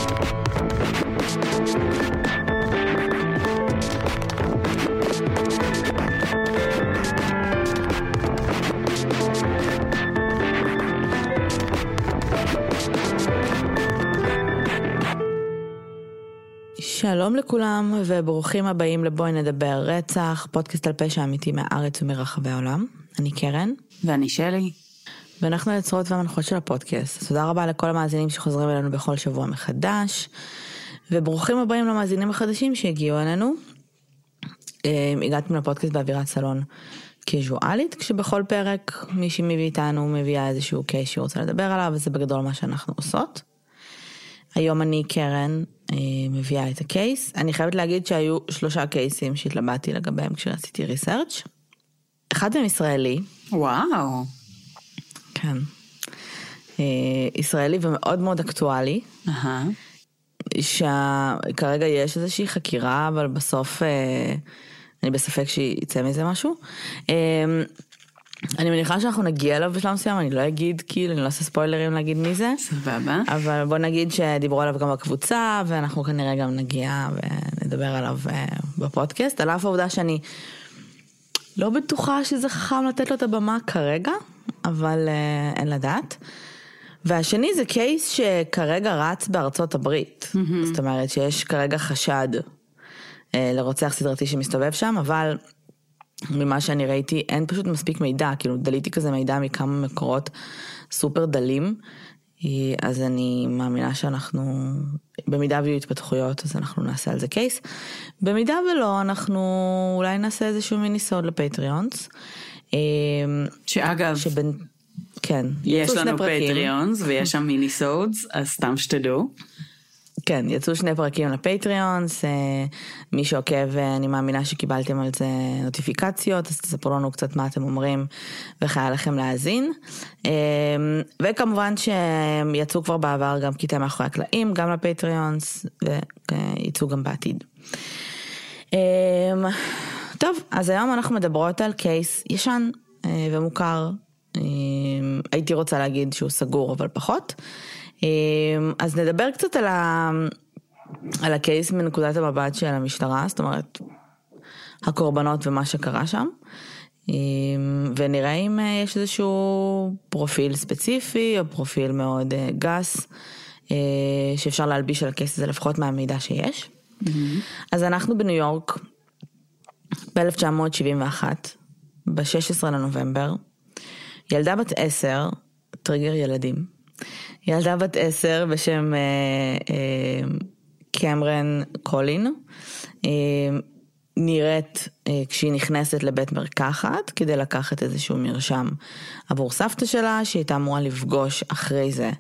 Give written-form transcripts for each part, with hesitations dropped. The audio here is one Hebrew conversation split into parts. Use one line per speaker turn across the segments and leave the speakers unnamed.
שלום לכולם וברוכים הבאים לבואי נדבר רצח, פודקאסט על פשע אמיתי מהארץ ומרחבי העולם. אני קרן.
ואני שלי.
ואנחנו היוצרות והמנחות של הפודקאסט. תודה רבה לכל המאזינים שחוזרים אלינו בכל שבוע מחדש. וברוכים הבאים למאזינים החדשים שהגיעו אלינו. הגעתם לפודקאסט באווירת סלון קזואלית, כשבכל פרק מישהי מביא איתנו מביאה איזשהו קייס שהיא רוצה לדבר עליו, וזה בגדול מה שאנחנו עושות. היום אני קרן מביאה את הקייס. אני חייבת להגיד שהיו 3 קייסים שהתלבטתי לגביהם כשרציתי ריסרצ'. אחד מהם ישראלי.
וואו.
כן. ישראלי ומאוד מאוד אקטואלי. שכרגע יש איזושהי חקירה, אבל בסוף אני בספק שיצא מזה משהו. אני מניחה שאנחנו נגיע אליו בשלב מסוים, אני לא אגיד, כאילו, אני לא אעשה ספוילרים להגיד מי זה.
סבבה.
אבל בוא נגיד שדיברו עליו גם בקבוצה, ואנחנו כנראה גם נגיע ונדבר עליו בפודקאסט, על אף העובדה שאני לא בטוחה שזה חכם לתת לו את הבמה כרגע, אבל אין לדעת. והשני זה קייס שכרגע רץ בארצות הברית. זאת אומרת שיש כרגע חשד לרוצח סדרתי שמסתובב שם, אבל ממה שאני ראיתי, אין פשוט מספיק מידע, כאילו דליתי כזה מידע מכמה מקורות סופר דלים, אז אני מאמינה שאנחנו, במידה ויהיו התפתחויות, אז אנחנו נעשה על זה קייס. במידה ולא, אנחנו אולי נעשה איזשהו מיני סוד לפטריונס.
שאגב,
כן,
יש לנו פטריונס ויש שם מיני סודס, אז סתם שתדעו.
כן, יצאו 2 פרקים לפטריונס, מי שעוקב, אני מאמינה שקיבלתם על זה נוטיפיקציות, אז תספרו לנו קצת מה אתם אומרים, וחיה לכם להאזין. וכמובן שיצאו כבר בעבר גם קטעי מאחורי הקלעים, גם לפטריונס, ויצאו גם בעתיד. טוב, אז היום אנחנו מדברות על קייס ישן ומוכר, הייתי רוצה להגיד שהוא סגור, אבל פחות. אז נדבר קצת על הקייס מנקודת המבט של המשטרה, זאת אומרת, הקורבנות ומה שקרה שם, ונראה אם יש איזשהו פרופיל ספציפי, או פרופיל מאוד גס, שאפשר להלביש על הקייס הזה, לפחות מהמידע שיש. אז אנחנו בניו יורק, ב-1971, ב-16 לנובמבר, ילדה בת 10, טריגר ילדים, ילדה בת 10 בשם קמרן קולין, נראית כשהיא נכנסת לבית מרקחת, כדי לקחת איזשהו מרשם עבור סבתא שלה, שהיא הייתה אמורה לפגוש אחרי זה,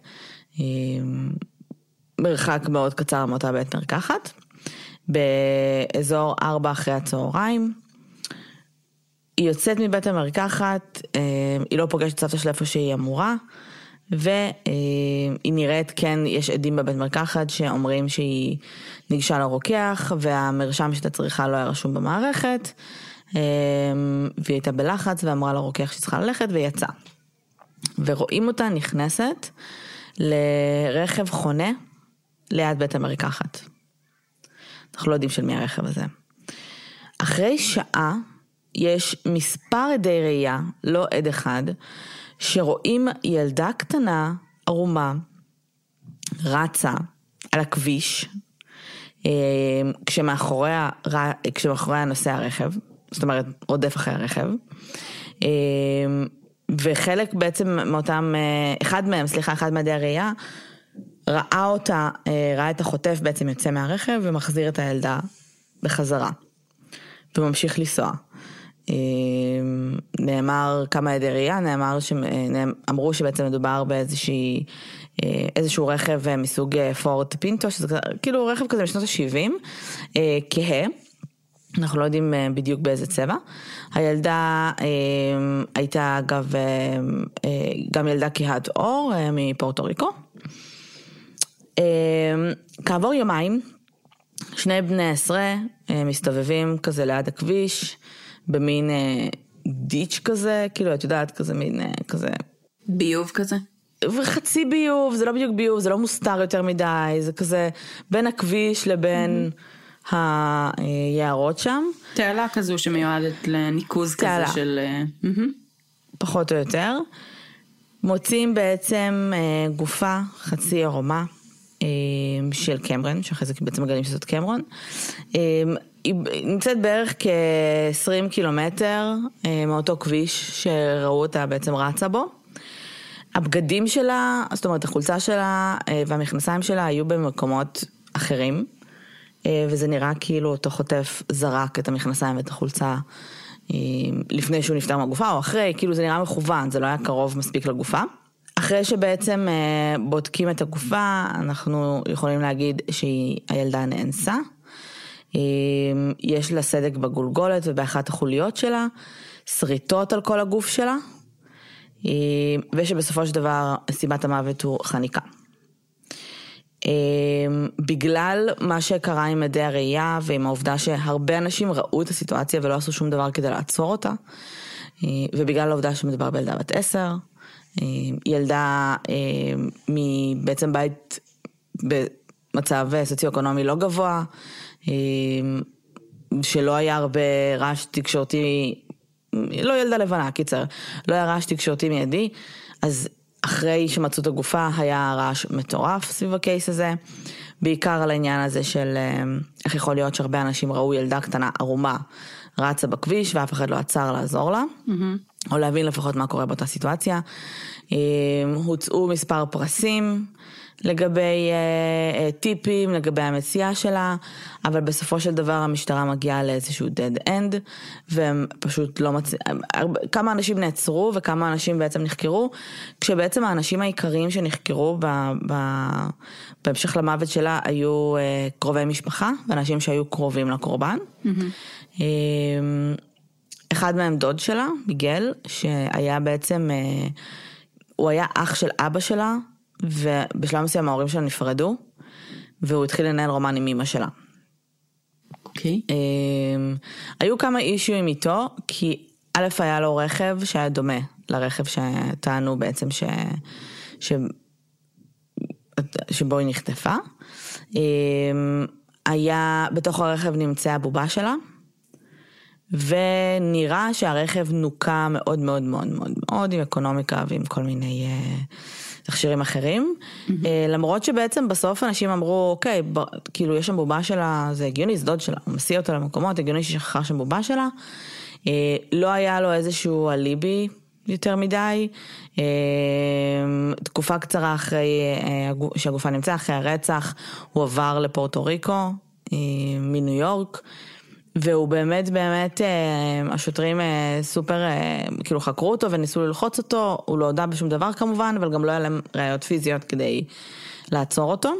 מרחק מאוד קצר מאותה בית מרקחת, באזור 4 אחרי הצהריים. היא יוצאת מבית המרקחת, היא לא פוגשת סבתא שלה איפה שהיא אמורה, והיא נראית, כן, יש עדים בבית מרקחת שאומרים שהיא ניגשה לרוקח, והמרשם שאתה צריכה לא היה רשום במערכת, והיא הייתה בלחץ ואמרה לרוקח שהיא צריכה ללכת, ויצאה. ורואים אותה נכנסת לרכב חונה ליד בית המרקחת. אנחנו לא יודעים של מי הרכב הזה. אחרי שעה יש מספר עדי ראייה, לא עד אחד, שרואים ילדה קטנה, ערומה, רצה על הכביש, כשמאחוריה נוסע הרכב, זאת אומרת, רודף אחרי הרכב, וחלק בעצם מאותם, אחד מעדי הראייה, ראה את החוטף בעצם יוצא מהרכב, ומחזיר את הילדה בחזרה, וממשיך לנסוע. נאמר כמה עדי ראייה, אמרו שבעצם מדובר באיזשהו רכב מסוג פורט פינטו, שזה כאילו רכב כזה משנות ה-70, כהה, אנחנו לא יודעים בדיוק באיזה צבע. הילדה הייתה אגב גם ילדה כהת אור מפורטו ריקו. כעבור יומיים, 2 בני 10 מסתובבים כזה ליד הכביש, במין דיץ' כזה, כאילו את יודעת, כזה מין כזה.
ביוב כזה?
וחצי ביוב, זה לא בדיוק ביוב, זה לא מוסתר יותר מדי, זה כזה בין הכביש לבין היערות שם.
תעלה כזו שמיועדת לניקוז כזה של...
פחות או יותר. מוצאים בעצם גופה חצי ערומה של קמרון, שאחרי זה בעצם מגלים שזאת קמרון. היא נמצאת בערך כ-20 קילומטר מאותו כביש שראו אותה בעצם רצה בו. הבגדים שלה, זאת אומרת החולצה שלה והמכנסיים שלה היו במקומות אחרים, וזה נראה כאילו אותו חוטף זרק את המכנסיים ואת החולצה לפני שהוא נפטר מהגופה או אחרי, כאילו זה נראה מכוון, זה לא היה קרוב מספיק לגופה. אחרי שבעצם בודקים את הגופה, אנחנו יכולים להגיד שהילדה נאנסה. יש לה סדק בגולגולת ובאחת החוליות שלה, שריטות על כל הגוף שלה, ושבסופו של דבר סיבת המוות הוא חניקה. בגלל מה שקרה עם עדי הראייה ועם העובדה שהרבה אנשים ראו את הסיטואציה ולא עשו שום דבר כדי לעצור אותה, ובגלל העובדה שמדובר בילדה בת 10, ילדה מבעצם בית במצב סוציו-אקונומי לא גבוה, שלא היה הרבה רעש תקשורתי, לא ילדה לבנה, קיצר, לא היה רעש תקשורתי מיידי, אז אחרי שמצאו את הגופה היה רעש מטורף סביב הקייס הזה, בעיקר על העניין הזה של איך יכול להיות שהרבה אנשים ראו ילדה קטנה ערומה רצה בכביש ואף אחד לא עצר לעזור לה, או להבין לפחות מה קורה באותה סיטואציה. הוצאו מספר פרסים לגבי טיפים, לגבי המציאה שלה, אבל בסופו של דבר המשטרה מגיעה לאיזשהו dead end, והם פשוט לא כמה אנשים נעצרו וכמה אנשים בעצם נחקרו, כשבעצם האנשים העיקריים שנחקרו בהמשך למוות שלה היו קרובי משפחה, ואנשים שהיו קרובים לקורבן. אחד מהם דוד שלה, מיגל, שהיה בעצם, הוא היה אח של אבא שלה, ובשלב מסוים ההורים שלה נפרדו, והוא התחיל לנהל רומן עם אמא שלה.
אוקיי.
היו כמה אישויים איתו, כי א' היה לו רכב שהיה דומה לרכב שטענו בעצם שבו היא נחטפה. היה, בתוך הרכב נמצאה הבובה שלה, ונראה שהרכב נוקה מאוד מאוד מאוד מאוד מאוד עם אקונומיקה ועם כל מיני תכשירים אחרים, למרות שבעצם בסוף אנשים אמרו, אוקיי, כאילו יש שם בובה שלה, זה הגיוני, זה דוד שלה, הוא מסיע אותה למקומות, הגיוני ששכחה שם בובה שלה, לא היה לו איזשהו אליבי יותר מדי, תקופה קצרה אחרי שהגופה נמצא, אחרי הרצח, הוא עבר לפורטו ריקו, מניו יורק, והוא באמת, השוטרים סופר, כאילו חקרו אותו וניסו ללחוץ אותו, הוא לא הודע בשום דבר כמובן, אבל גם לא היה להם ראיות פיזיות כדי לעצור אותו.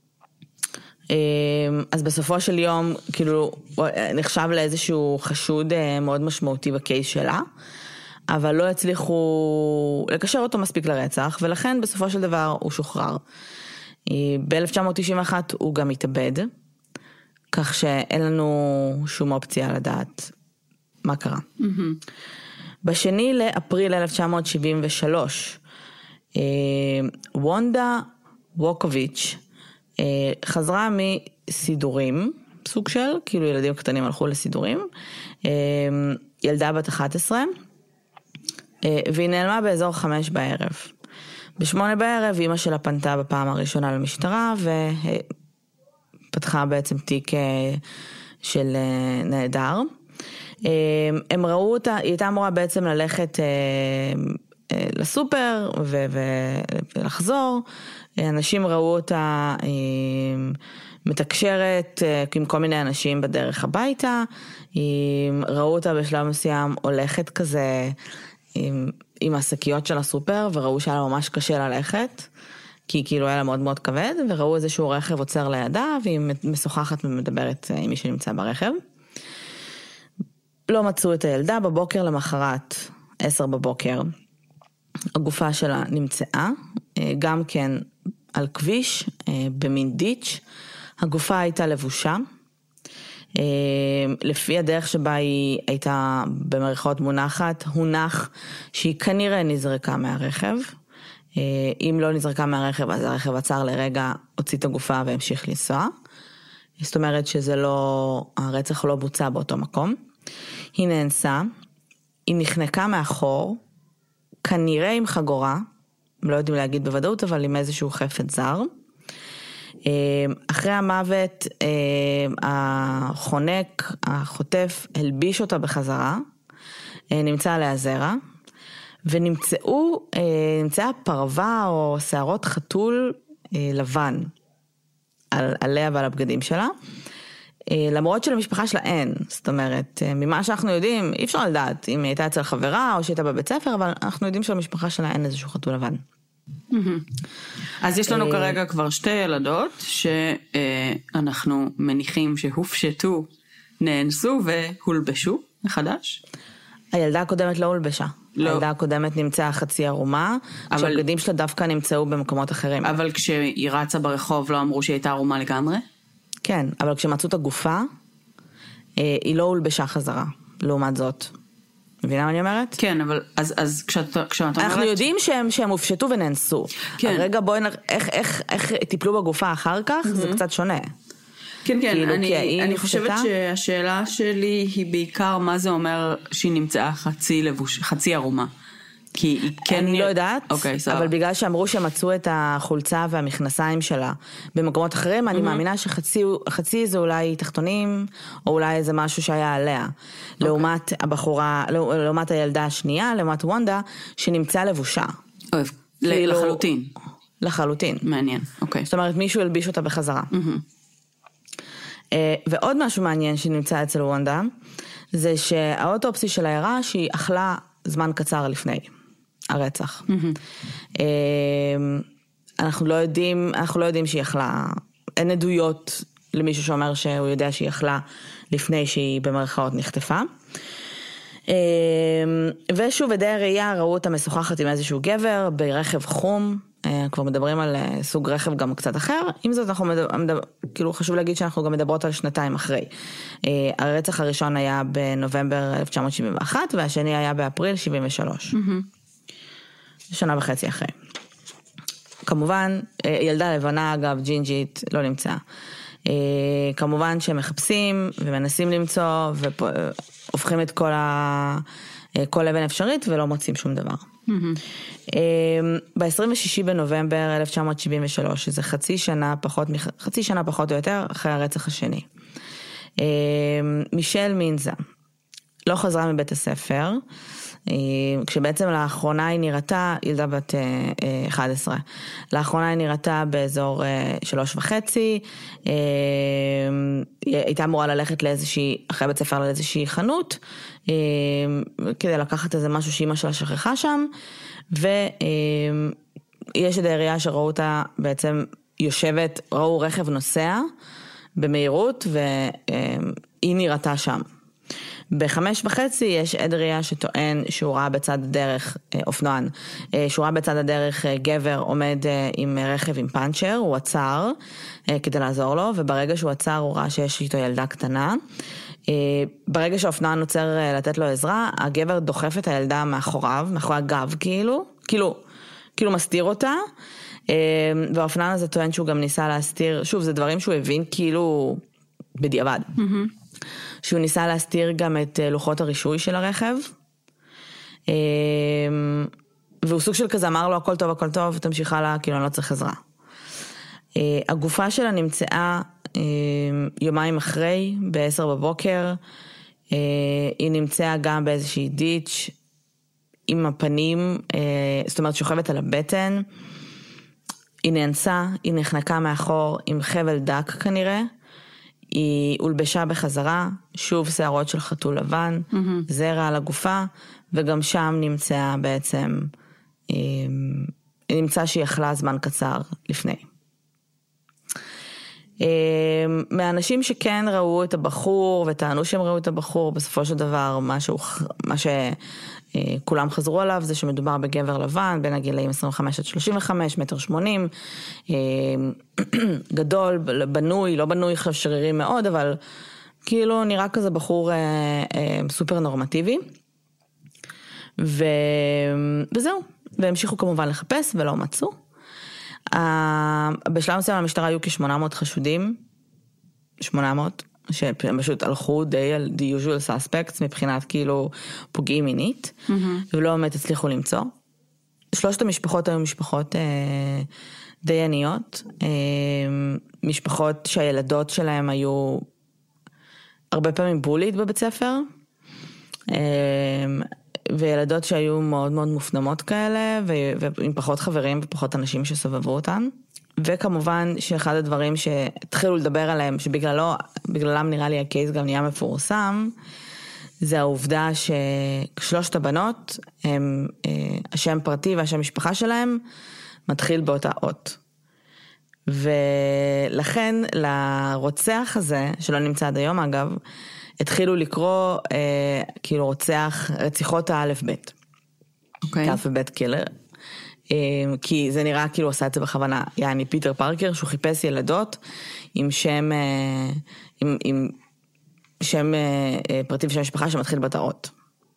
אז בסופו של יום, כאילו, נחשב לאיזשהו חשוד מאוד משמעותי בקייס שלה, אבל לא הצליחו לקשר אותו מספיק לרצח, ולכן בסופו של דבר הוא שוחרר. ב-1991 הוא גם התאבד, כך שאין לנו שום אופציה לדעת מה קרה. בשני לאפריל 1973, וונדה ווקוביץ' חזרה מסידורים, סוג של, כאילו ילדים קטנים הלכו לסידורים, ילדה בת 11, והיא נעלמה באזור 5 בערב. ב8 בערב אמא שלה פנתה בפעם הראשונה למשטרה, פתחה בעצם תיק של נעדר. הם ראו אותה, היא הייתה אמורה בעצם ללכת לסופר ולחזור. אנשים ראו אותה מתקשרת עם כל מיני אנשים בדרך הביתה. ראו אותה בשלב מסוים הולכת כזה עם השקיות של הסופר, וראו שהיה לה ממש קשה ללכת. כי כאילו היה לה מאוד מאוד כבד, וראו איזשהו רכב עוצר לידה, והיא משוחחת ומדברת עם מי שנמצא ברכב. לא מצאו את הילדה, בבוקר למחרת, 10 בבוקר, הגופה שלה נמצאה, גם כן על כביש, במין דיץ', הגופה הייתה לבושה, לפי הדרך שבה היא הייתה במריחות מונחת, הונח שהיא כנראה נזרקה מהרכב, אם לא נזרקה מהרכב, אז הרכב עצר לרגע, הוציא את הגופה והמשיך לנסוע. זאת אומרת שזה לא, הרצח לא בוצע באותו מקום. היא נאנסה, היא נחנקה מאחור, כנראה עם חגורה, לא יודעים להגיד בוודאות, אבל עם איזשהו חפץ זר. אחרי המוות, החונק, החוטף, הלביש אותה בחזרה, נמצא עליה זרע, ונמצאה פרווה או שערות חתול לבן עליה ועל הבגדים שלה, למרות שלמשפחה שלה אין, זאת אומרת, ממה שאנחנו יודעים, אי אפשר לדעת אם היא הייתה אצל חברה או שהייתה בבית ספר, אבל אנחנו יודעים שלמשפחה שלה אין איזשהו חתול לבן.
אז יש לנו כרגע כבר 2 ילדות, שאנחנו מניחים שהופשטו, נאנסו והולבשו מחדש.
הילדה הקודמת לא הולבשה. הילדה הקודמת נמצאה חצי ערומה, כשהבגדים שלה דווקא נמצאו במקומות אחרים. אבל
כשהיא רצה ברחוב לא אמרו שהיא הייתה ערומה לגמרי?
כן, אבל כשמצאו את הגופה, היא לא הולבשה חזרה, לעומת זאת. מבינה מה אני אומרת?
כן, אבל אז כשאת אומרת...
אנחנו יודעים שהם הופשטו ונאנסו. כן. הרגע בואי איך טיפלו בגופה אחר כך, זה קצת שונה.
כן, כן, אני חושבת שהשאלה שלי היא בעיקר מה זה אומר שהיא נמצאה חצי ערומה. כי היא כן...
אני לא יודעת, אבל בגלל שאמרו שמצאו את החולצה והמכנסיים שלה במקומות אחרים, אני מאמינה שחצי זה אולי תחתונים, או אולי איזה משהו שהיה עליה. לעומת הבחורה, לעומת הילדה השנייה, לעומת וונדה, שנמצאה לבושה.
לחלוטין.
לחלוטין.
מעניין, אוקיי.
זאת אומרת, מישהו הלביש אותה בחזרה. ועוד משהו מעניין שנמצא אצל וונדה, זה שהאוטופסי שלה הראה שהיא אכלה זמן קצר לפני הרצח. אנחנו לא יודעים שהיא אכלה, אין עדויות למישהו שאומר שהוא יודע שהיא אכלה לפני שהיא במרכאות נחטפה. ושוב, עדי הראייה ראו אותה משוחחת עם איזשהו גבר ברכב חום, כבר מדברים על סוג רכב גם קצת אחר, עם זאת אנחנו כאילו חשוב להגיד שאנחנו גם מדברות על 2 אחרי. הרצח הראשון היה בנובמבר 1971, והשני היה באפריל 73. 1.5 שנה אחרי. כמובן, ילדה לבנה, אגב, ג'ינג'ית, לא נמצאה. כמובן שהם מחפשים ומנסים למצוא, והופכים את כל אבן אפשרית, ולא מוצאים שום דבר. ב-26 בנובמבר 1973, שזה חצי שנה פחות או יותר, אחרי הרצח השני. מישל מינזה לא חזרה מבית הספר, כשבעצם לאחרונה היא נראתה, ילדה בת 11, לאחרונה היא נראתה באזור 3:30, היא הייתה אמורה ללכת אחרי בית ספר לאיזושהי חנות, כדי לקחת איזה משהו שאמא שלה שכחה שם, ויש עדי הראייה שראו אותה בעצם יושבת, ראו רכב נוסע במהירות, והיא נראתה שם. ב-5:30 יש עד ראייה שטוען שהוא ראה בצד הדרך, אופנוען, שהוא ראה בצד הדרך גבר עומד עם רכב עם פאנצ'ר, הוא עצר כדי לעזור לו, וברגע שהוא עצר הוא ראה שיש איתו ילדה קטנה. ברגע שהאופנוען נוצר לתת לו עזרה, הגבר דוחף את הילדה מאחוריו, מאחורי הגב כאילו מסתיר אותה, והאופנוען הזה טוען שהוא גם ניסה להסתיר, שוב זה דברים שהוא הבין כאילו בדיעבד. שהוא ניסה להסתיר גם את לוחות הרישוי של הרכב, והוא סוג של כזה אמר לו הכל טוב, תמשיכה לה, כאילו אני לא צריך עזרה. הגופה שלה נמצאה יומיים אחרי, ב-10 בבוקר, היא נמצאה גם באיזושהי דיץ' עם הפנים, זאת אומרת שוכבת על הבטן, היא נאנסה, היא נחנקה מאחור עם חבל דק כנראה, היא הולבשה בחזרה, שוב שערות של חתול לבן, זרע על הגופה, וגם שם נמצאה בעצם, נמצא שהיא אכלה זמן קצר לפני. מהאנשים שכן ראו את הבחור, וטענו שהם ראו את הבחור, בסופו של דבר, מה שכולם חזרו עליו, זה שמדובר בגבר לבן, בין הגילאים 25 עד 35, 1.80 מטר, גדול, בנוי, לא בנוי שרירי מאוד, אבל כאילו נראה כזה בחור סופר נורמטיבי. וזהו, והמשיכו כמובן לחפש ולא מצאו. בשלב מסוים המשטרה היו כ-800 חשודים, 800, שפשוט הלכו די על the usual suspects מבחינת כאילו פוגעים מינית, ולא באמת הצליחו למצוא. 3 המשפחות היו משפחות די עניות, משפחות שהילדות שלהם היו הרבה פעמים בולית בבית ספר, וילדות שהיו מאוד מאוד מופנמות כאלה, ועם פחות חברים ופחות אנשים שסובבו אותן. וכמובן שאחד הדברים שהתחילו לדבר עליהם, שבגללם נראה לי הקייס גם נהיה מפורסם, זה העובדה ששלושת הבנות, השם פרטי והשם משפחה שלהם, מתחיל באותה אות. ולכן לרוצח הזה, שלא נמצא עד היום אגב, התחילו לקרוא כאילו רציחות האלף-בית.
אוקיי.
אלף-בית קילר. כי זה נראה כאילו עושה את זה בכוונה. יעני פיטר פארקר, שהוא חיפש ילדות עם שם פרטי ושם משפחה שמתחיל בתאות.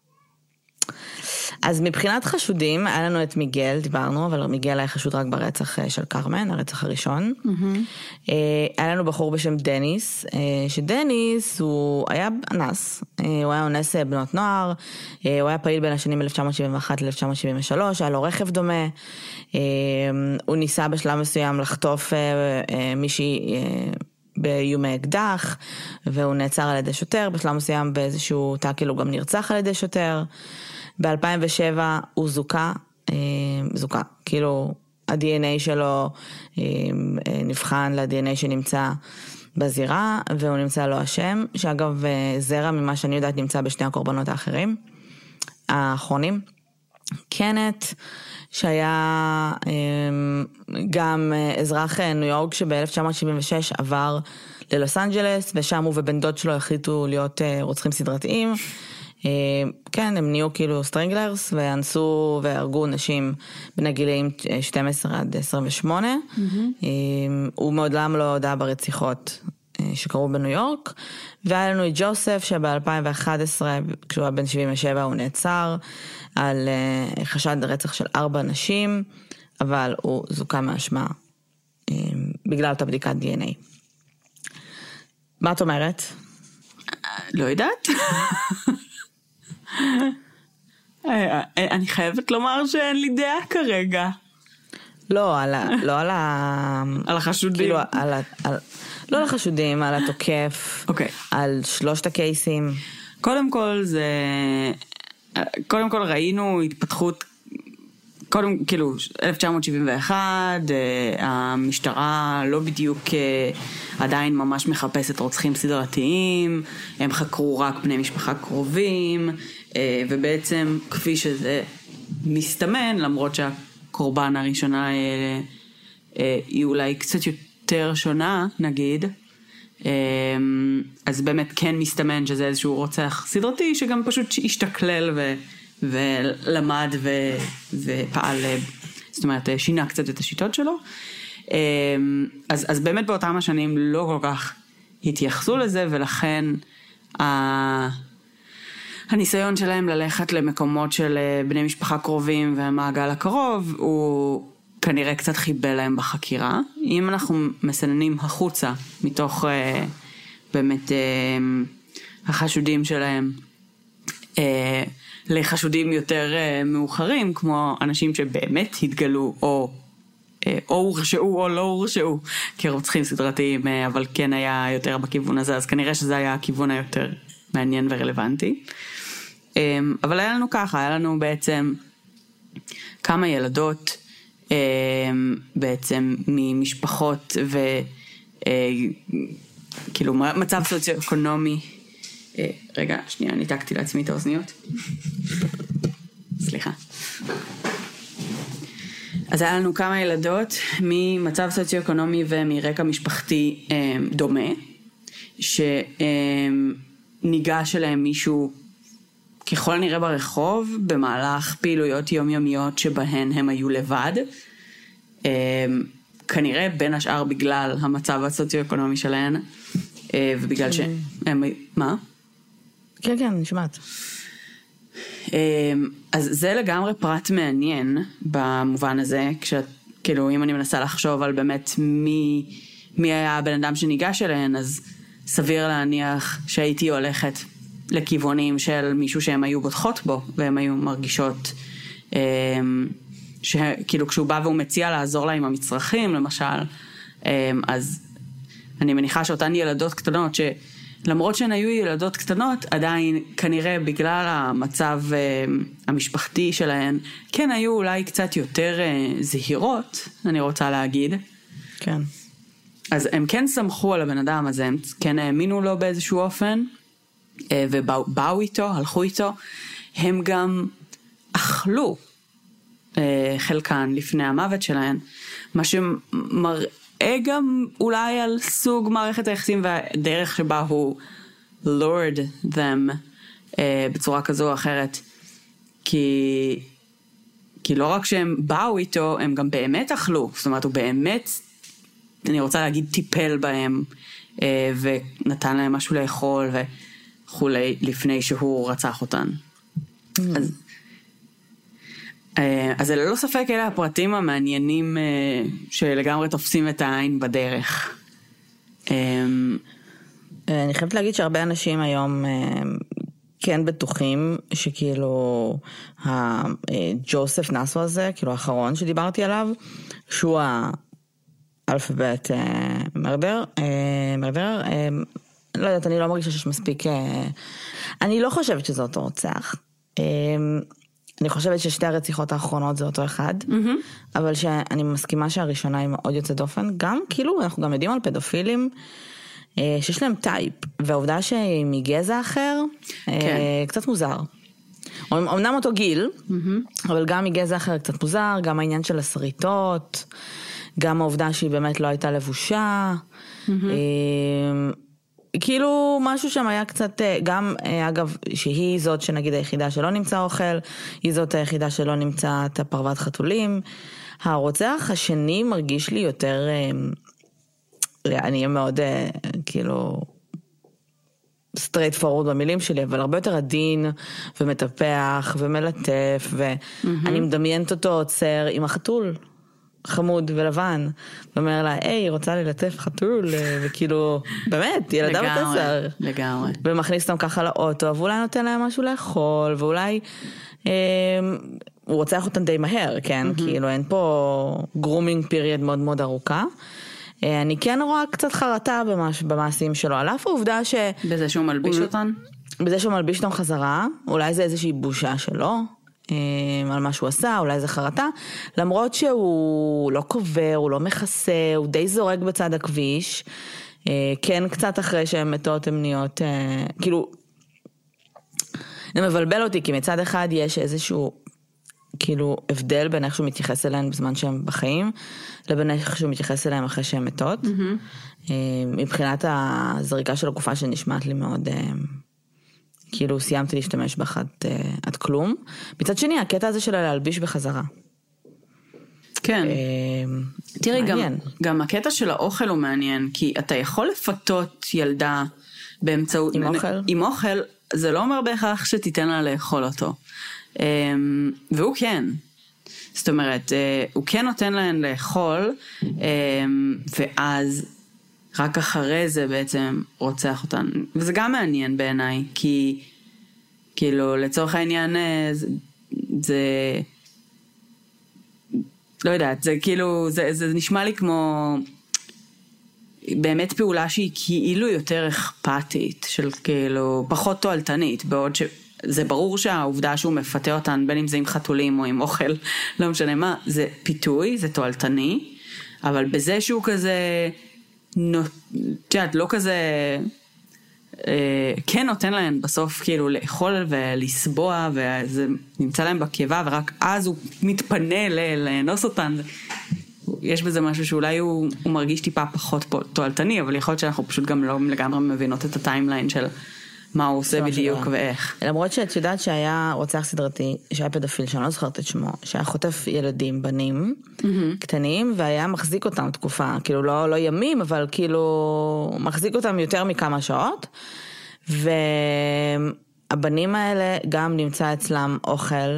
אז מבחינת חשודים, היה לנו את מיגל, דיברנו, אבל מיגל היה חשוד רק ברצח של קרמן, הרצח הראשון. היה לנו בחור בשם דניס, שדניס הוא היה אנס, הוא היה אונס בנות נוער, הוא היה פעיל בין השנים 1971 ל-1973, היה לו רכב דומה, הוא ניסה בשלב מסוים לחטוף מישהי באיומי אקדח, והוא נעצר על ידי שוטר, בשלב מסוים באיזשהו טאקל הוא גם נרצח על ידי שוטר, ב-2007 הוא זוכה, כאילו ה-DNA שלו נבחן ל-DNA שנמצא בזירה, והוא נמצא לו השם, שאגב זרע ממה שאני יודעת נמצא בשני הקורבנות האחרים, האחרונים. קנט, שהיה גם אזרח ניו יורק שב-1976 עבר ללוס אנג'לס, ושם הוא ובן דוד שלו החליטו להיות רוצחים סדרתיים. כן, הם נהיו כאילו סטרינגלרס, ואנסו והרגו נשים בין הגילאים 12 עד 28. הוא מעולם לא הודע ברציחות שקרו בניו יורק. והיה לנו את ג'וסף, שב-2011, כשהוא היה בן 77, הוא נעצר על חשד רצח של 4 נשים, אבל הוא זוכה מאשמה בגלל אותה בדיקת DNA. מה את אומרת?
לא יודעת. אני חייבת לומר שאין לי דעה כרגע.
לא על
החשודים.
כאילו, לא על החשודים, על התוקף, על 3 הקייסים.
קודם כל ראינו התפתחות, כאילו 1971, המשטרה לא בדיוק עדיין ממש מחפשת רוצחים סדרתיים, הם חקרו רק בני משפחה קרובים, ובעצם כפי שזה מסתמן, למרות שהקורבן הראשונה היא אולי קצת יותר שונה, נגיד, אז באמת כן מסתמן שזה איזשהו רוצח סדרתי, שגם פשוט השתכלל ולמד ופעל, זאת אומרת, שינה קצת את השיטות שלו. אז באמת באותם השנים לא כל כך התייחסו לזה, ולכן הניסיון שלהם ללכת למקומות של בני משפחה קרובים והמעגל הקרוב, הוא כנראה קצת חיבל להם בחקירה. אם אנחנו מסננים החוצה מתוך באמת החשודים שלהם, לחשודים יותר מאוחרים, כמו אנשים שבאמת התגלו או הורשעו או לא הורשעו כרוצחים סדרתיים, אבל כן היה יותר בכיוון הזה, אז כנראה שזה היה הכיוון היותר מעניין ורלוונטי. אבל היה לנו ככה, היה לנו בעצם כמה ילדות בעצם ממשפחות כאילו מצב סוציו-אקונומי. רגע, שנייה, ניתקתי לעצמי את האוזניות. סליחה. אז היה לנו כמה ילדות ממצב סוציו-אקונומי ומרקע משפחתי דומה, שניגש אליהם מישהו ככל הנראה ברחוב, במהלך פעילויות יומיומיות שבהן הם היו לבד, כנראה בין השאר בגלל המצב הסוציו-אקונומי שלהן, ובגלל שהם... מה?
כן, כן, נשמעת.
אז זה לגמרי פרט מעניין במובן הזה, כאילו אם אני מנסה לחשוב על באמת מי היה הבן אדם שניגש אליהן, אז סביר להניח שהייתי הולכת לכיוונים של מישהו שהם היו בוטחות בו, והם היו מרגישות שכאילו כשהוא בא והוא מציע לעזור לה עם המצרכים למשל, אז אני מניחה שאותן ילדות קטנות שלמרות שהן היו ילדות קטנות, עדיין כנראה בגלל המצב המשפחתי שלהן, כן היו אולי קצת יותר זהירות, אני רוצה להגיד.
כן.
אז הם כן סמכו על הבן אדם הזה, הם כן האמינו לו באיזשהו אופן, ובאו איתו, הלכו איתו, הם גם אכלו חלקן לפני המוות שלהן, מה שמראה גם אולי על סוג מערכת היחסים והדרך שבה הוא lured them בצורה כזו או אחרת, כי לא רק שהם באו איתו, הם גם באמת אכלו, זאת אומרת הוא באמת, אני רוצה להגיד טיפל בהם, ונתן להם משהו לאכול וכולי, לפני שהוא רצח אותן. אז ללא ספק אלה הפרטים המעניינים שלגמרי תופסים את העין בדרך.
אני חייבת להגיד שהרבה אנשים היום כן בטוחים שכאילו הג'וסף נאסו הזה, כאילו האחרון שדיברתי עליו, שהוא האלפבית מרדר, לא יודעת, אני לא מרגישה שיש מספיק, אני לא חושבת שזה אותו רוצח, אני חושבת ששתי הרציחות האחרונות זה אותו אחד, אבל שאני מסכימה שהראשונה היא מאוד יוצאת דופן, גם כאילו אנחנו גם יודעים על פדופילים, שיש להם טייפ, והעובדה שהיא מגזע אחר, קצת מוזר. אמנם אותו גיל, אבל גם מגזע אחר קצת מוזר, גם העניין של הסריטות, גם העובדה שהיא באמת לא הייתה לבושה, כאילו משהו שם היה קצת, גם אגב שהיא זאת שנגיד היחידה שלא נמצא אוכל, היא זאת היחידה שלא נמצא את הפרוות חתולים, הרוצח השני מרגיש לי יותר, אני אהיה מאוד כאילו סטרייט פורוד במילים שלי, אבל הרבה יותר עדין ומטפח ומלטף, ואני מדמיינת אותו עוצר עם החתול חמוד ולבן, ואומר לה, היי, רוצה ללטף חתול, וכאילו, באמת, ילדה בת 10.
לגמרי.
ומכניס אותם ככה לאוטו, ואולי נותן להם משהו לאכול, ואולי הוא רוצח אותם די מהר, כן? כאילו, אין פה גרומינג פיריד מאוד מאוד ארוכה. אני כן רואה קצת חרטה במעשים שלו, על אף העובדה ש...
בזה שהוא מלביש אותן?
בזה שהוא מלביש אותם חזרה, אולי זה איזושהי בושה שלו, על מה שהוא עשה, אולי זה חרטה, למרות שהוא לא קובר, הוא לא מכסה, הוא די זורק בצד הכביש, כן קצת אחרי שהן מתות הן נהיות, כאילו, זה מבלבל אותי, כי מצד אחד יש איזשהו, כאילו, הבדל בין איך שהוא מתייחס אליהן בזמן שהן בחיים, לבין איך שהוא מתייחס אליהן אחרי שהן מתות. מבחינת הזריקה של הגופה שנשמעת לי מאוד... כאילו סיימתי להשתמש באחת עד כלום. מצד שני, הקטע הזה שלה להלביש בחזרה.
כן. תראי, גם הקטע של האוכל הוא מעניין, כי אתה יכול לפתות ילדה באמצעות...
עם אוכל?
עם אוכל, זה לא אומר בהכרח שתיתן לה לאכול אותו. והוא כן. זאת אומרת, הוא כן נותן להן לאכול, ואז... רק אחרי זה בעצם רוצח אותן. וזה גם מעניין בעיניי, כי כאילו לצורך העניין זה לא יודעת, זה כאילו, זה נשמע לי כמו באמת פעולה שהיא כאילו יותר אכפתית, של כאילו פחות תועלתנית, בעוד שזה ברור שהעובדה שהוא מפתה אותן, בין אם זה עם חתולים או עם אוכל, לא משנה מה, זה פיתוי, זה תועלתני, אבל בזה שהוא כזה... לא כזה כן נותן להם בסוף כאילו לאכול ולסבוע, וזה נמצא להם בקיבה, ורק אז הוא מתפנה לאנוס אותן. יש בזה משהו שאולי הוא מרגיש טיפה פחות תועלתני, אבל יכול להיות שאנחנו פשוט גם לא לגמרי מבינות את הטיימליין של מה הוא עושה בדיוק ואיך.
למרות שאת יודעת שהיה רוצח סדרתי, שהיה פדופיל, שאני לא זוכרת את שמו, שהיה חוטף ילדים, בנים, קטנים, והיה מחזיק אותם תקופה, כאילו לא ימים, אבל כאילו מחזיק אותם יותר מכמה שעות, הבנים האלה גם נמצא אצלם אוכל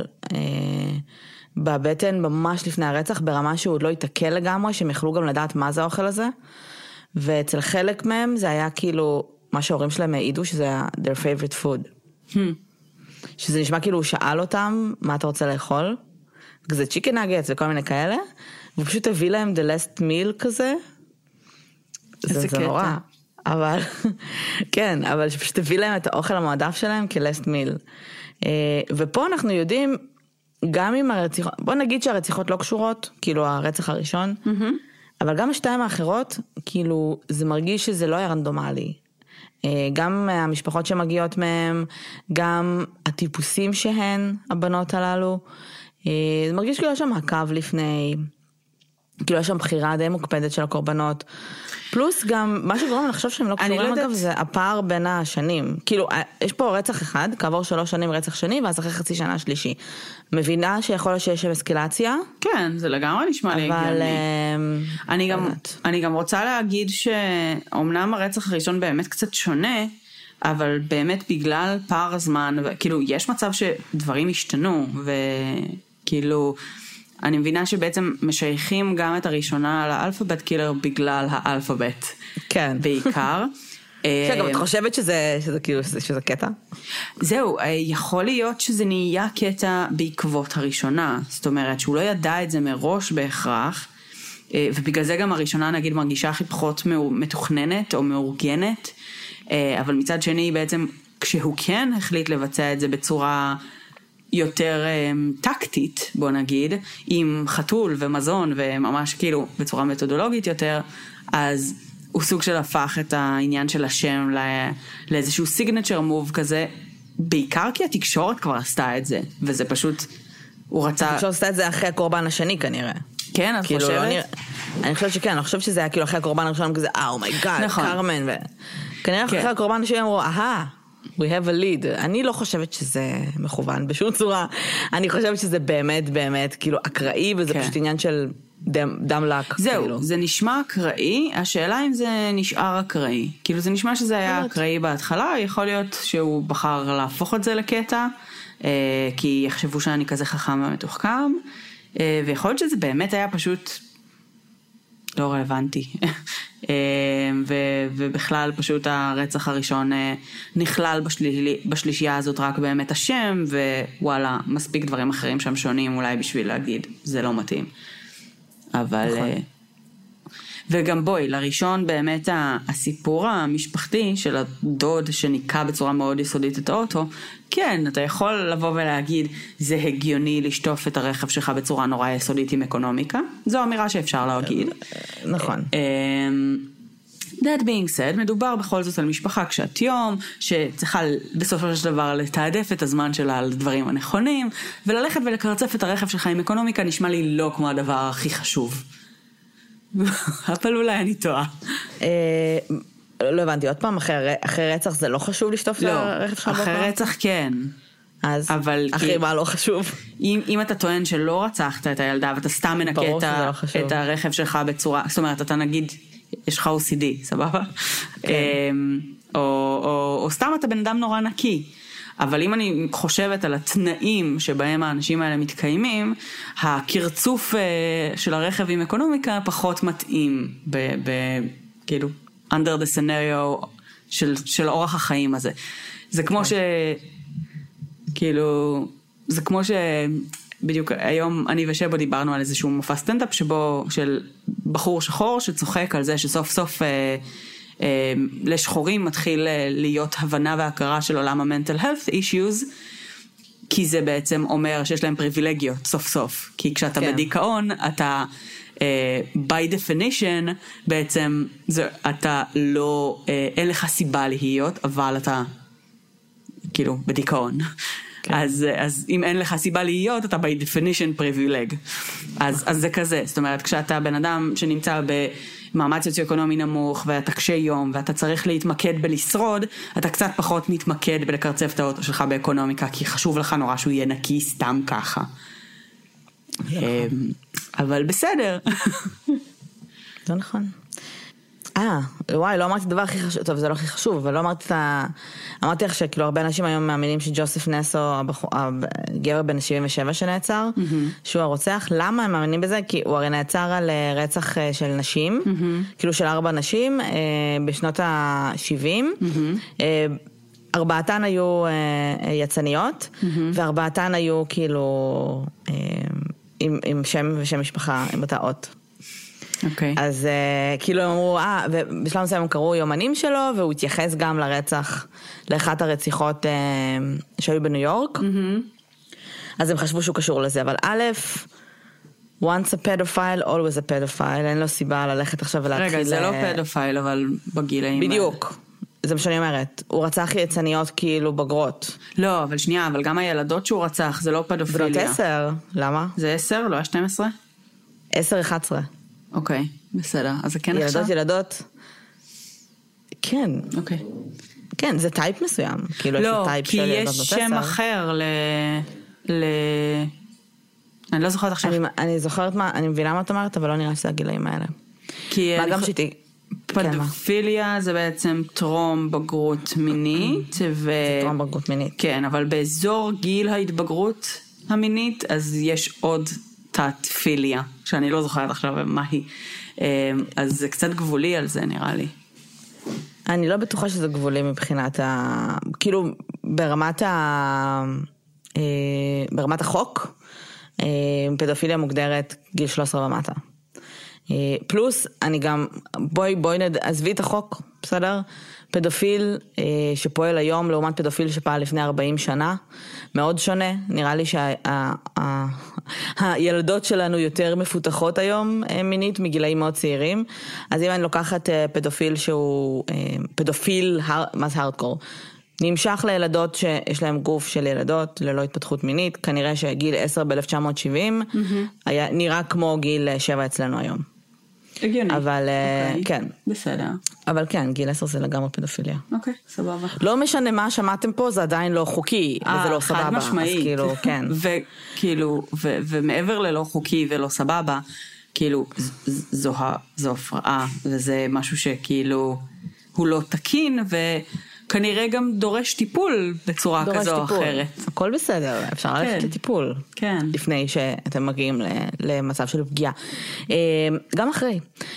בבטן ממש לפני הרצח, ברמה שהוא עוד לא התעכל לגמרי, שהם יכלו גם לדעת מה זה האוכל הזה, ואצל חלק מהם זה היה כאילו, מה שההורים שלהם העידו, שזה היה their favorite food. שזה נשמע כאילו הוא שאל אותם, מה אתה רוצה לאכול? זה צ'יקן נאגטס וכל מיני כאלה, והוא פשוט הביא להם the last meal כזה. זה נורא. אבל, כן, אבל שפשוט הביא להם את האוכל המועדף שלהם כ-last meal. ופה אנחנו יודעים, גם עם הרציחות, בוא נגיד שהרציחות לא קשורות, כאילו הרצח הראשון, אבל גם השתיים האחרות, כאילו זה מרגיש שזה לא היה רנדומלי. גם המשפחות שמגיעות מהם, גם הטיפוסים שהן, הבנות הללו, זה מרגיש כאילו יש שם מעקב לפני, כאילו יש שם בחירה די מוקפדת של הקורבנות, פלוס גם מה שגורם לחשוב שהם לא קשורים אגב זה הפער בין השנים, כאילו יש פה רצח אחד, כעבור 3 שנים רצח שני, ואז אחרי חצי שנה שלישי, מבינה שיכול להיות שיש שם אסקלציה?
כן, זה לגמרי נשמע לי הגיוני. אני גם רוצה להגיד שאומנם הרצח הראשון באמת קצת שונה, אבל באמת בגלל פער הזמן, כאילו יש מצב שדברים השתנו, וכאילו אני מבינה שבעצם משייכים גם את הראשונה לאלפאבית קילר בגלל האלפאבית.
כן.
בעיקר.
גם את חושבת שזה קטע?
זהו, יכול להיות שזה נהיה קטע בעקבות הראשונה. זאת אומרת שהוא לא ידע את זה מראש בהכרח, ובגלל זה גם הראשונה נגיד מרגישה הכי פחות מתוכננת או מאורגנת, אבל מצד שני בעצם כשהוא כן החליט לבצע את זה בצורה יותר טקטית, בוא נגיד, עם חתול ומזון וממש כאילו בצורה מתודולוגית יותר, אז הוא סוג של הפך את העניין של השם לאיזשהו סיגנצ'ר מוב כזה, בעיקר כי התקשורת כבר עשתה את זה, וזה פשוט, הוא רצה...
התקשורת עשתה את זה אחרי הקורבן השני כנראה.
כן, את חושבת?
אני חושבת שכן, אני חושבת שזה היה כאילו אחרי הקורבן הראשון כזה, אומייגאד, קרמן, וכנראה אחרי הקורבן השני אמרו, we have a lead. אני לא חושבת שזה מכוון בשום צורה. אני חושבת שזה באמת, באמת, כאילו, אקראי, וזה פשוט עניין של דם לק.
זהו, זה נשמע אקראי, השאלה אם זה נשאר אקראי. כאילו, זה נשמע שזה היה אקראי בהתחלה, יכול להיות שהוא בחר להפוך את זה לקטע, כי יחשבו שאני כזה חכם ומתוחכם, ויכול להיות שזה באמת היה פשוט לא רלוונטי. ובכלל פשוט הרצח הראשון נכלל בשלישייה הזאת רק באמת השם, ווואלה, מספיק דברים אחרים שם שונים אולי בשביל להגיד, זה לא מתאים. אבל... וגם בואי, לראשון באמת הסיפור המשפחתי של הדוד שניקה בצורה מאוד יסודית את האוטו, כן, אתה יכול לבוא ולהגיד, זה הגיוני לשטוף את הרכב שלך בצורה נורא יסודית עם אקונומיקה. זו אמירה שאפשר להגיד.
נכון.
That being said, מדובר בכל זאת על משפחה קשת יום, שצריכה בסופו של דבר לתעדף את הזמן שלה על הדברים הנכונים, וללכת ולקרצף את הרכב שלך עם אקונומיקה נשמע לי לא כמו הדבר הכי חשוב. אבל אולי אני טועה.
לא הבנתי, עוד פעם, אחרי רצח זה לא חשוב לשטוף את הרכב שלך?
אחרי רצח כן.
אז אחרי מה לא חשוב?
אם אתה טוען שלא רצחת את הילדה, ואתה סתם מנקה את הרכב שלך בצורה, זאת אומרת, אתה נגיד, יש לך OCD, סבבה? או סתם אתה בן אדם נורא נקי. אבל אם אני חושבת על התנאים שבהם האנשים האלה מתקיימים, הקרצוף של הרכב עם אקונומיקה פחות מתאים כאילו, under the scenario של אורח החיים הזה. זה כמו כאילו, זה כמו בדיוק היום אני ושבו דיברנו על איזשהו מופע סטנדאפ שבו, של בחור שחור שצוחק על זה שסוף סוף לשחורים מתחיל להיות הבנה והכרה של עולם ה-mental health issues, כי זה בעצם אומר שיש להם פריבילגיות סוף סוף, כי כשאתה בדיכאון אתה by definition בעצם אתה לא, אין לך סיבה להיות, אבל אתה כאילו בדיכאון. אז אם אין לך סיבה להיות, אתה by definition פריבילג. אז זה כזה, זאת אומרת, כשאתה בן אדם שנמצא במעמד סוציו-אקונומי נמוך, ואתה קשה יום, ואתה צריך להתמקד בלשרוד, אתה קצת פחות מתמקד בלקרצף את האוטו שלך באקונומיקה, כי חשוב לך נורא שהוא יהיה נקי סתם ככה. אבל בסדר.
זה נכון. וואי, לא אמרתי דבר הכי חשוב, טוב, זה לא הכי חשוב, אבל לא אמרתי לך שכאילו הרבה אנשים היום מאמינים שג'וסף נסו, הגבר בן 77 שנעצר, שהוא הרוצח. למה הם מאמינים בזה? כי הוא הרי נעצר על רצח של נשים, כאילו של 4 נשים, בשנות ה-70, 4 היו יצניות, ו4 היו כאילו עם שם ושם משפחה, עם אותה אות.
אוקיי.
אז כאילו הם אמרו, ובשלב מסוים הם קראו יומנים שלו, והוא התייחס גם לרצח, לאחת הרציחות שהיו בניו יורק. אז הם חשבו שהוא קשור לזה, אבל א', once a pedophile, always a pedophile, אין לו סיבה ללכת עכשיו ולהתחיל...
רגע, זה לא פדופייל, אבל בגילאים...
בדיוק. זה מה שאני אומרת. הוא רצח יצניות כאילו בגרות.
לא, אבל שנייה, אבל גם הילדות שהוא רצח, זה לא פדופיליה.
בנות 10, למה?
זה 10, לא היה 12?
10-11.
אוקיי, בסדר. אז זה כן עכשיו?
ילדות. כן.
אוקיי.
כן, זה טייפ מסוים. כאילו יש
לא,
טייפ
כי
של
יש שם אחר אני לא זוכרת עכשיו.
אני זוכרת מה, אני מבינה מה את אומרת, אבל לא נראה שזה הגילאים האלה.
מה גם פדופיליה זה בעצם טרום בגרות מינית.
זה טרום בגרות מינית.
כן, אבל באזור גיל ההתבגרות המינית, אז יש עוד תת-פיליה, שאני לא זוכרת עכשיו מה היא. אז זה קצת גבולי על זה, נראה לי.
אני לא בטוחה שזה גבולי מבחינת כאילו, ברמת החוק, פדופיליה מוגדרת גיל 13 ומטה. פלוס, אני גם, בואי עזבי את החוק, בסדר? פדופיל שפועל היום לעומת פדופיל שפעל לפני 40 שנה, מאוד שונה. נראה לי שהילדות שלנו יותר מפותחות היום מינית מגילאים מאוד צעירים. אז אם אני לוקחת פדופיל שהוא פדופיל, מה זה הארדקור? נמשך לילדות שיש להם גוף של ילדות ללא התפתחות מינית, כנראה שגיל 10 ב-1970 היה נראה כמו גיל 7 אצלנו היום.
הגיוני.
אבל כן.
בסדר.
אבל כן, גיל 10 זה לגמרי פדופיליה.
אוקיי, סבבה.
לא משנה מה שמעתם פה, זה עדיין לא חופי, וזה לא סבבה.
חד משמעית.
אז כאילו, כן.
וכאילו, ומעבר ללא חוקי ולא סבבה, כאילו, זו הפרעה, וזה משהו שכאילו, הוא לא תקין, וכנראה גם דורש טיפול בצורה כזו או אחרת.
הכל בסדר, אפשר ללכת לטיפול.
כן.
לפני שאתם מגיעים למצב של פגיעה. גם אחרי.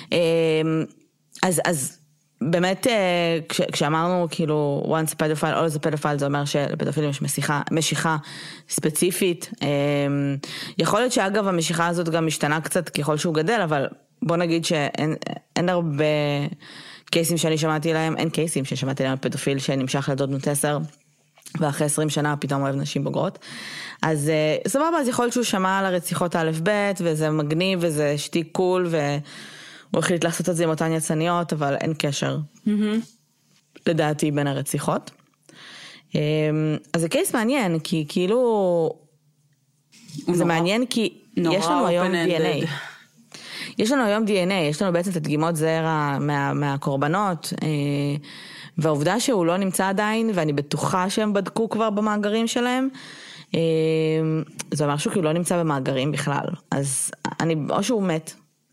אז באמת, כשאמרנו כאילו, once a pedophile, always a pedophile, זה אומר שלפדופילים יש משיכה ספציפית. יכול להיות שאגב, המשיכה הזאת גם משתנה קצת ככל שהוא גדל, אבל בוא נגיד שאין הרבה קייסים שאני שמעתי להם, אין קייסים ששמעתי להם פדופיל שנמשך לדוד בנות 10, ואחרי 20 שנה פתאום אוהב נשים בוגרות. אז סבבה, אז יכול להיות שהוא שמע על הרציחות א' ב', וזה מגניב, וזה שתיק קול, הוא החליט לעשות את זה עם אותן יצניות, אבל אין קשר, לדעתי, בין הרציחות. אז זה קייס מעניין, כי כאילו, זה מעניין כי יש לנו היום DNA. יש לנו היום DNA, יש לנו בעצם את הדגימות זרע מהקורבנות, והעובדה שהוא לא נמצא עדיין, ואני בטוחה שהם בדקו כבר במאגרים שלהם, זה אומר שהוא כאילו לא נמצא במאגרים בכלל. אז או שהוא מת,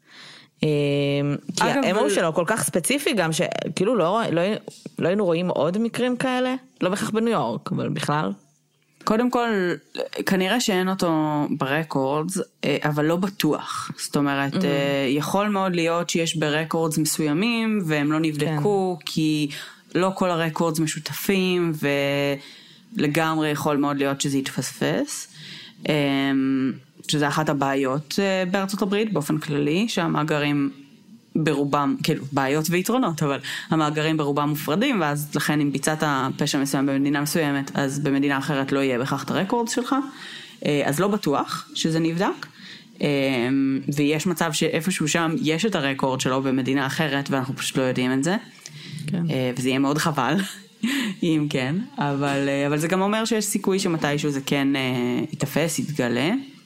כי האמור שלו כל כך ספציפי גם שכאילו לא היינו רואים עוד מקרים כאלה, לא בכך בניו יורק, אבל בכלל.
קודם כל, כנראה שאין אותו ברקורדס, אבל לא בטוח. זאת אומרת, יכול מאוד להיות שיש ברקורדס מסוימים, והם לא נבדקו, כי לא כל הרקורדס משותפים, ולגמרי יכול מאוד להיות שזה יתפספס. שזה אחת הבעיות בארצות הברית, באופן כללי, שהמאגרים ברובם, כאילו, בעיות ויתרונות, אבל המאגרים ברובם מופרדים, ואז לכן אם ביצעת פשע מסוים במדינה מסוימת, אז במדינה אחרת לא יהיה בכך את הרקורד שלך, אז לא בטוח שזה נבדק, ויש מצב שאיפשהו שם יש את הרקורד שלו במדינה אחרת, ואנחנו פשוט לא יודעים את זה, כן. וזה יהיה מאוד חבל, אם כן, אבל זה גם אומר שיש סיכוי שמתישהו זה כן יתפס, יתגלה,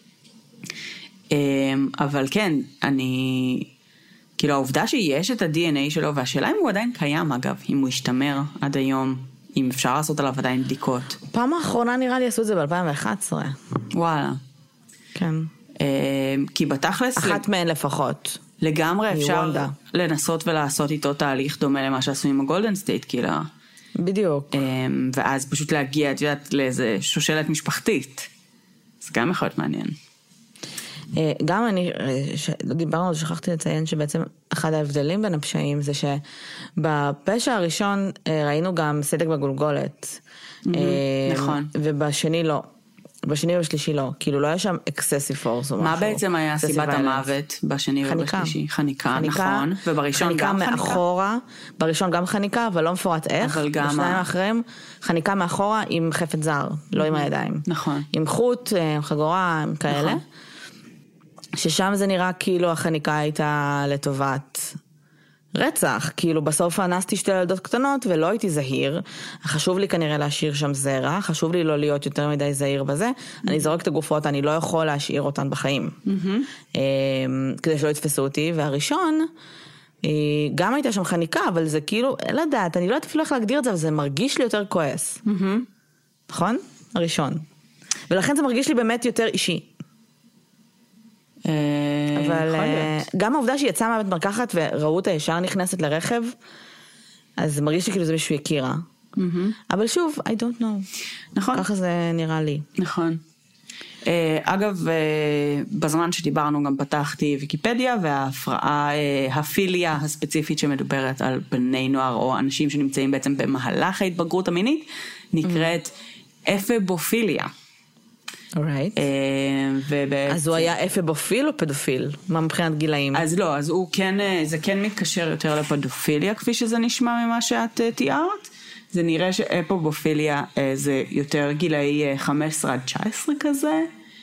אבל כן, כאילו העובדה שיש את ה-DNA שלו, והשאלה אם הוא עדיין קיים אגב, אם הוא ישתמר עד היום, אם אפשר לעשות עליו עדיין בדיקות.
פעם האחרונה נראה לי עשו את זה ב-2011.
וואלה.
כן.
כי בתכלס...
אחת מהן לפחות.
לגמרי אפשר
וונדה.
לנסות ולעשות איתו תהליך דומה למה שעשו עם הגולדן סטייט, כאילו.
בדיוק.
ואז פשוט להגיע, את יודעת, לאיזה שושלת משפחתית. זה גם יכול להיות מעניין.
גם אני, לא דיברנו, שכחתי לציין שבעצם אחד ההבדלים בין הפשעים זה שבפשע הראשון ראינו גם סדק בגולגולת.
נכון.
ובשני לא. בשני ובשלישי לא. כאילו לא היה שם excessive force או משהו.
מה בעצם היה סיבת המוות בשני ובשלישי? חניקה, נכון. ובראשון גם חניקה?
מאחורה, בראשון גם חניקה, אבל לא מפורט איך.
אבל גם...
בשניים האחרים, חניקה מאחורה עם חפץ זר, לא עם הידיים.
נכון.
עם חוט, עם חגורה, עם כאלה.
נכון.
ששם זה נראה כאילו החניקה הייתה לטובת רצח, כאילו בסוף אנסתי שתי ילדות קטנות ולא הייתי זהיר, חשוב לי כנראה להשאיר שם זרע, חשוב לי לא להיות יותר מדי זהיר בזה, אני זורק את הגופות, אני לא יכול להשאיר אותן בחיים, כדי שלא יתפסו אותי, והראשון, גם הייתה שם חניקה, אבל זה כאילו, לא יודעת, אני לא יודעת אפילו איך להגדיר את זה, אבל זה מרגיש לי יותר כועס, נכון? הראשון. ולכן זה מרגיש לי באמת יותר אישי. אבל גם העובדה שהיא יצאה מהבית מרקחת וראו אותה ישר נכנסת לרכב, אז זה מרגיש לי כאילו זה מישהו הכירה. אבל שוב, I don't know.
נכון.
ככה זה נראה לי.
נכון. אגב, בזמן שדיברנו גם פתחתי ויקיפדיה, וההפרעה, הפיליה הספציפית שמדוברת על בני נוער או אנשים שנמצאים בעצם במהלך ההתבגרות המינית, נקראת אפבופיליה.
Alright. אז הוא היה אפבופיל או פדופיל? מה מבחינת גילאים?
אז לא, אז הוא כן, זה כן מתקשר יותר לפדופיליה, כפי שזה נשמע ממה שאת תיארת. זה נראה שאפובופיליה זה יותר גילאי 15 עד 19 כזה.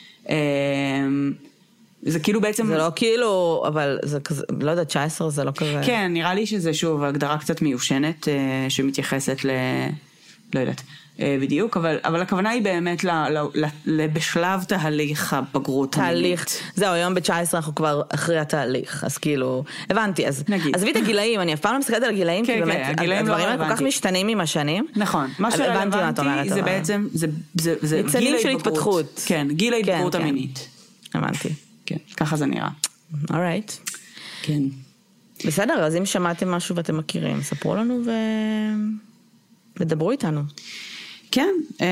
זה כאילו בעצם...
זה לא כאילו, אבל זה כזה, לא יודע, 19 זה לא כזה...
כן, נראה לי שזה שוב הגדרה קצת מיושנת, שמתייחסת לא יודעת. בדיוק, אבל הכוונה היא באמת בשלב תהליך הבגרות המינית.
זהו, היום ב-19 אנחנו כבר אחרי התהליך, אז כאילו, הבנתי, אז עזבי את הגילאים, אני אף פעם לא מסתכלת על הגילאים, כי באמת הדברים האלה כל כך משתנים עם השנים.
נכון, מה שרלוונטי זה בעצם, זה גיל ההתפתחות. כן, גיל ההתבגרות המינית.
הבנתי.
כן, ככה זה נראה.
Alright.
כן.
בסדר, אז אם שמעתם משהו ואתם מכירים, ספרו לנו ודברו איתנו.
כן,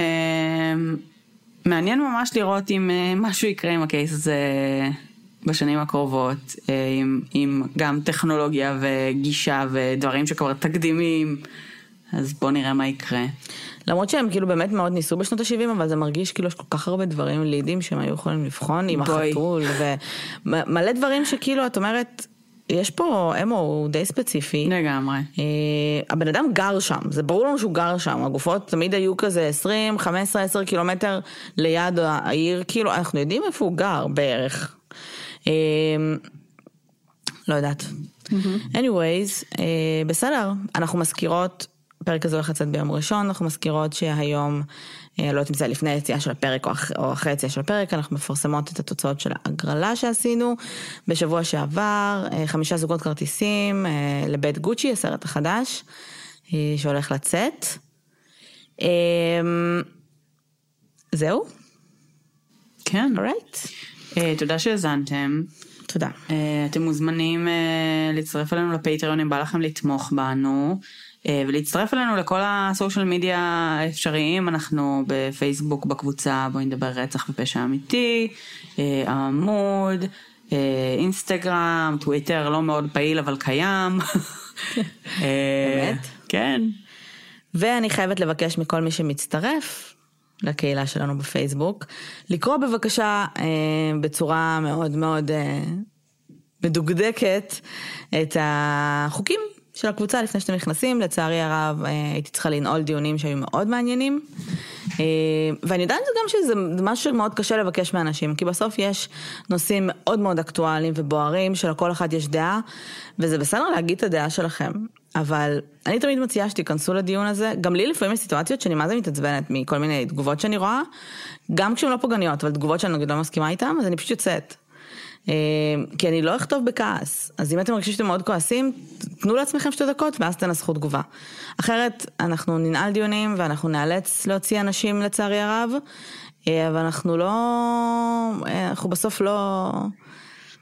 מעניין ממש לראות אם משהו יקרה עם הקייס הזה בשנים הקרובות, עם גם טכנולוגיה וגישה ודברים שכבר תקדימים, אז בוא נראה מה יקרה.
למרות שהם כאילו באמת מאוד ניסו בשנות ה-70, אבל זה מרגיש כאילו יש כל כך הרבה דברים לידים שהם היו יכולים לבחון עם החתול, ומלא דברים שכאילו את אומרת... יש פה אמו, הוא די ספציפי.
לגמרי.
הבן אדם גר שם, זה ברור לנו שהוא גר שם, הגופות תמיד היו כזה 20, 15, 10 קילומטר ליד העיר, כאילו אנחנו יודעים איפה הוא גר בערך. לא יודעת. anyways, בסדר, אנחנו מזכירות, פרק הזה הולך לצאת ביום ראשון, אנחנו מזכירות שהיום, לא יודעת אם זה לפני היציאה של הפרק או אחרי היציאה של הפרק, אנחנו מפרסמות את התוצאות של ההגרלה שעשינו בשבוע שעבר, 5 זוגות כרטיסים לבית גוצ'י, הסרט החדש, שהולך לצאת. זהו?
כן.
alright.
תודה שהזנתם.
תודה.
אתם מוזמנים להצטרף אלינו לפטריון אם בא לכם לתמוך בנו, ולהצטרף אלינו לכל הסושיאל מדיה האפשריים. אנחנו בפייסבוק בקבוצה בואי נדבר רצח ופשע אמיתי, עמוד, אינסטגרם, טוויטר לא מאוד פעיל אבל קיים.
באמת?
כן.
ואני חייבת לבקש מכל מי שמצטרף לקהילה שלנו בפייסבוק, לקרוא בבקשה בצורה מאוד מאוד מדוקדקת את החוקים של הקבוצה לפני שאתם נכנסים. לצערי הרב הייתי צריכה לנעול דיונים שהיו מאוד מעניינים, ואני יודעת גם שזה משהו מאוד קשה לבקש מאנשים, כי בסוף יש נושאים מאוד מאוד אקטואליים ובוערים שלכל אחד יש דעה, וזה בסדר להגיד את הדעה שלכם, אבל אני תמיד מציעה שתיכנסו לדיון הזה. גם לי לפעמים יש סיטואציות שאני מה זה מתעצבנת מכל מיני תגובות שאני רואה, גם כשהן לא פוגעניות, אבל תגובות שאני לא מסכימה איתן, אז אני פשוט יוצאת. כי אני לא אכתוב בכעס. אז אם אתם מרגישים שאתם מאוד כועסים, תנו לעצמכם 2 דקות ואז תנסחו תגובה. אחרת אנחנו ננעל דיונים ואנחנו נאלץ להוציא אנשים לצערי הרב, אבל אנחנו בסוף לא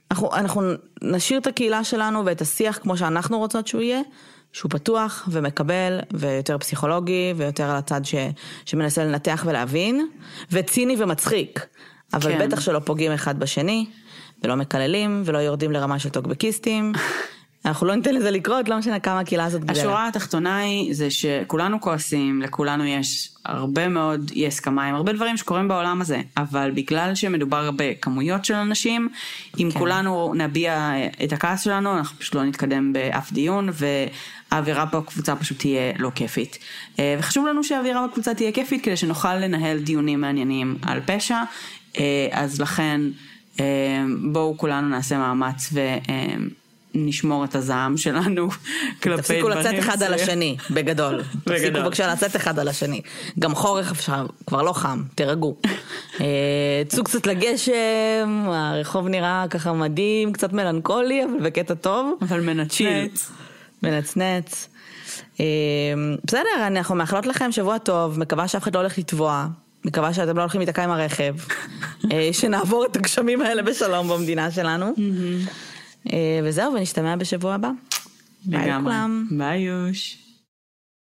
אנחנו נשאיר את הקהילה שלנו ואת השיח כמו שאנחנו רוצות שהוא יהיה, שהוא פתוח ומקבל ויותר פסיכולוגי ויותר על הצד שמנסה לנתח ולהבין, וציני ומצחיק, אבל
כן.
בטח שלא פוגעים אחד בשני, ולא מקללים ולא יורדים לרמה של טוקבקיסטים. אנחנו לא ניתן לזה לקרות, לא משנה כמה הקהילה הזאת גדלה.
השורה התחתונה היא זה שכולנו כועסים, לכולנו יש הרבה מאוד אי הסכמה עם הרבה דברים שקורים בעולם הזה, אבל בגלל שמדובר בכמויות של אנשים, אם כולנו נביע את הכעס שלנו, אנחנו פשוט לא נתקדם באף דיון, והאווירה בקבוצה פשוט תהיה לא כיפית. וחשוב לנו שהאווירה בקבוצה תהיה כיפית, כדי שנוכל לנהל דיונים מעניינים על פשע, אז לכן בואו כולנו נעשה מאמץ נשמור את הזעם שלנו כלפי
תפסיקו לצאת אחד על השני, בגדול. תפסיקו בבקשה לצאת אחד על השני. גם חורף אפשר, כבר לא חם, תרגעו. צאו קצת לגשם, הרחוב נראה ככה מדהים, קצת מלנכולי, אבל בקטע טוב.
אבל מנצ'נץ.
מנצנץ. בסדר, אנחנו מאחלות לכם שבוע טוב, מקווה שאף אחד לא הולך לטבוע, מקווה שאתם לא הולכים להתקע עם הרכב, שנעבור את הגשמים האלה בשלום במדינה שלנו. וזהו, ונשתמע בשבוע הבא.
ביי לכולם. ביי יוש.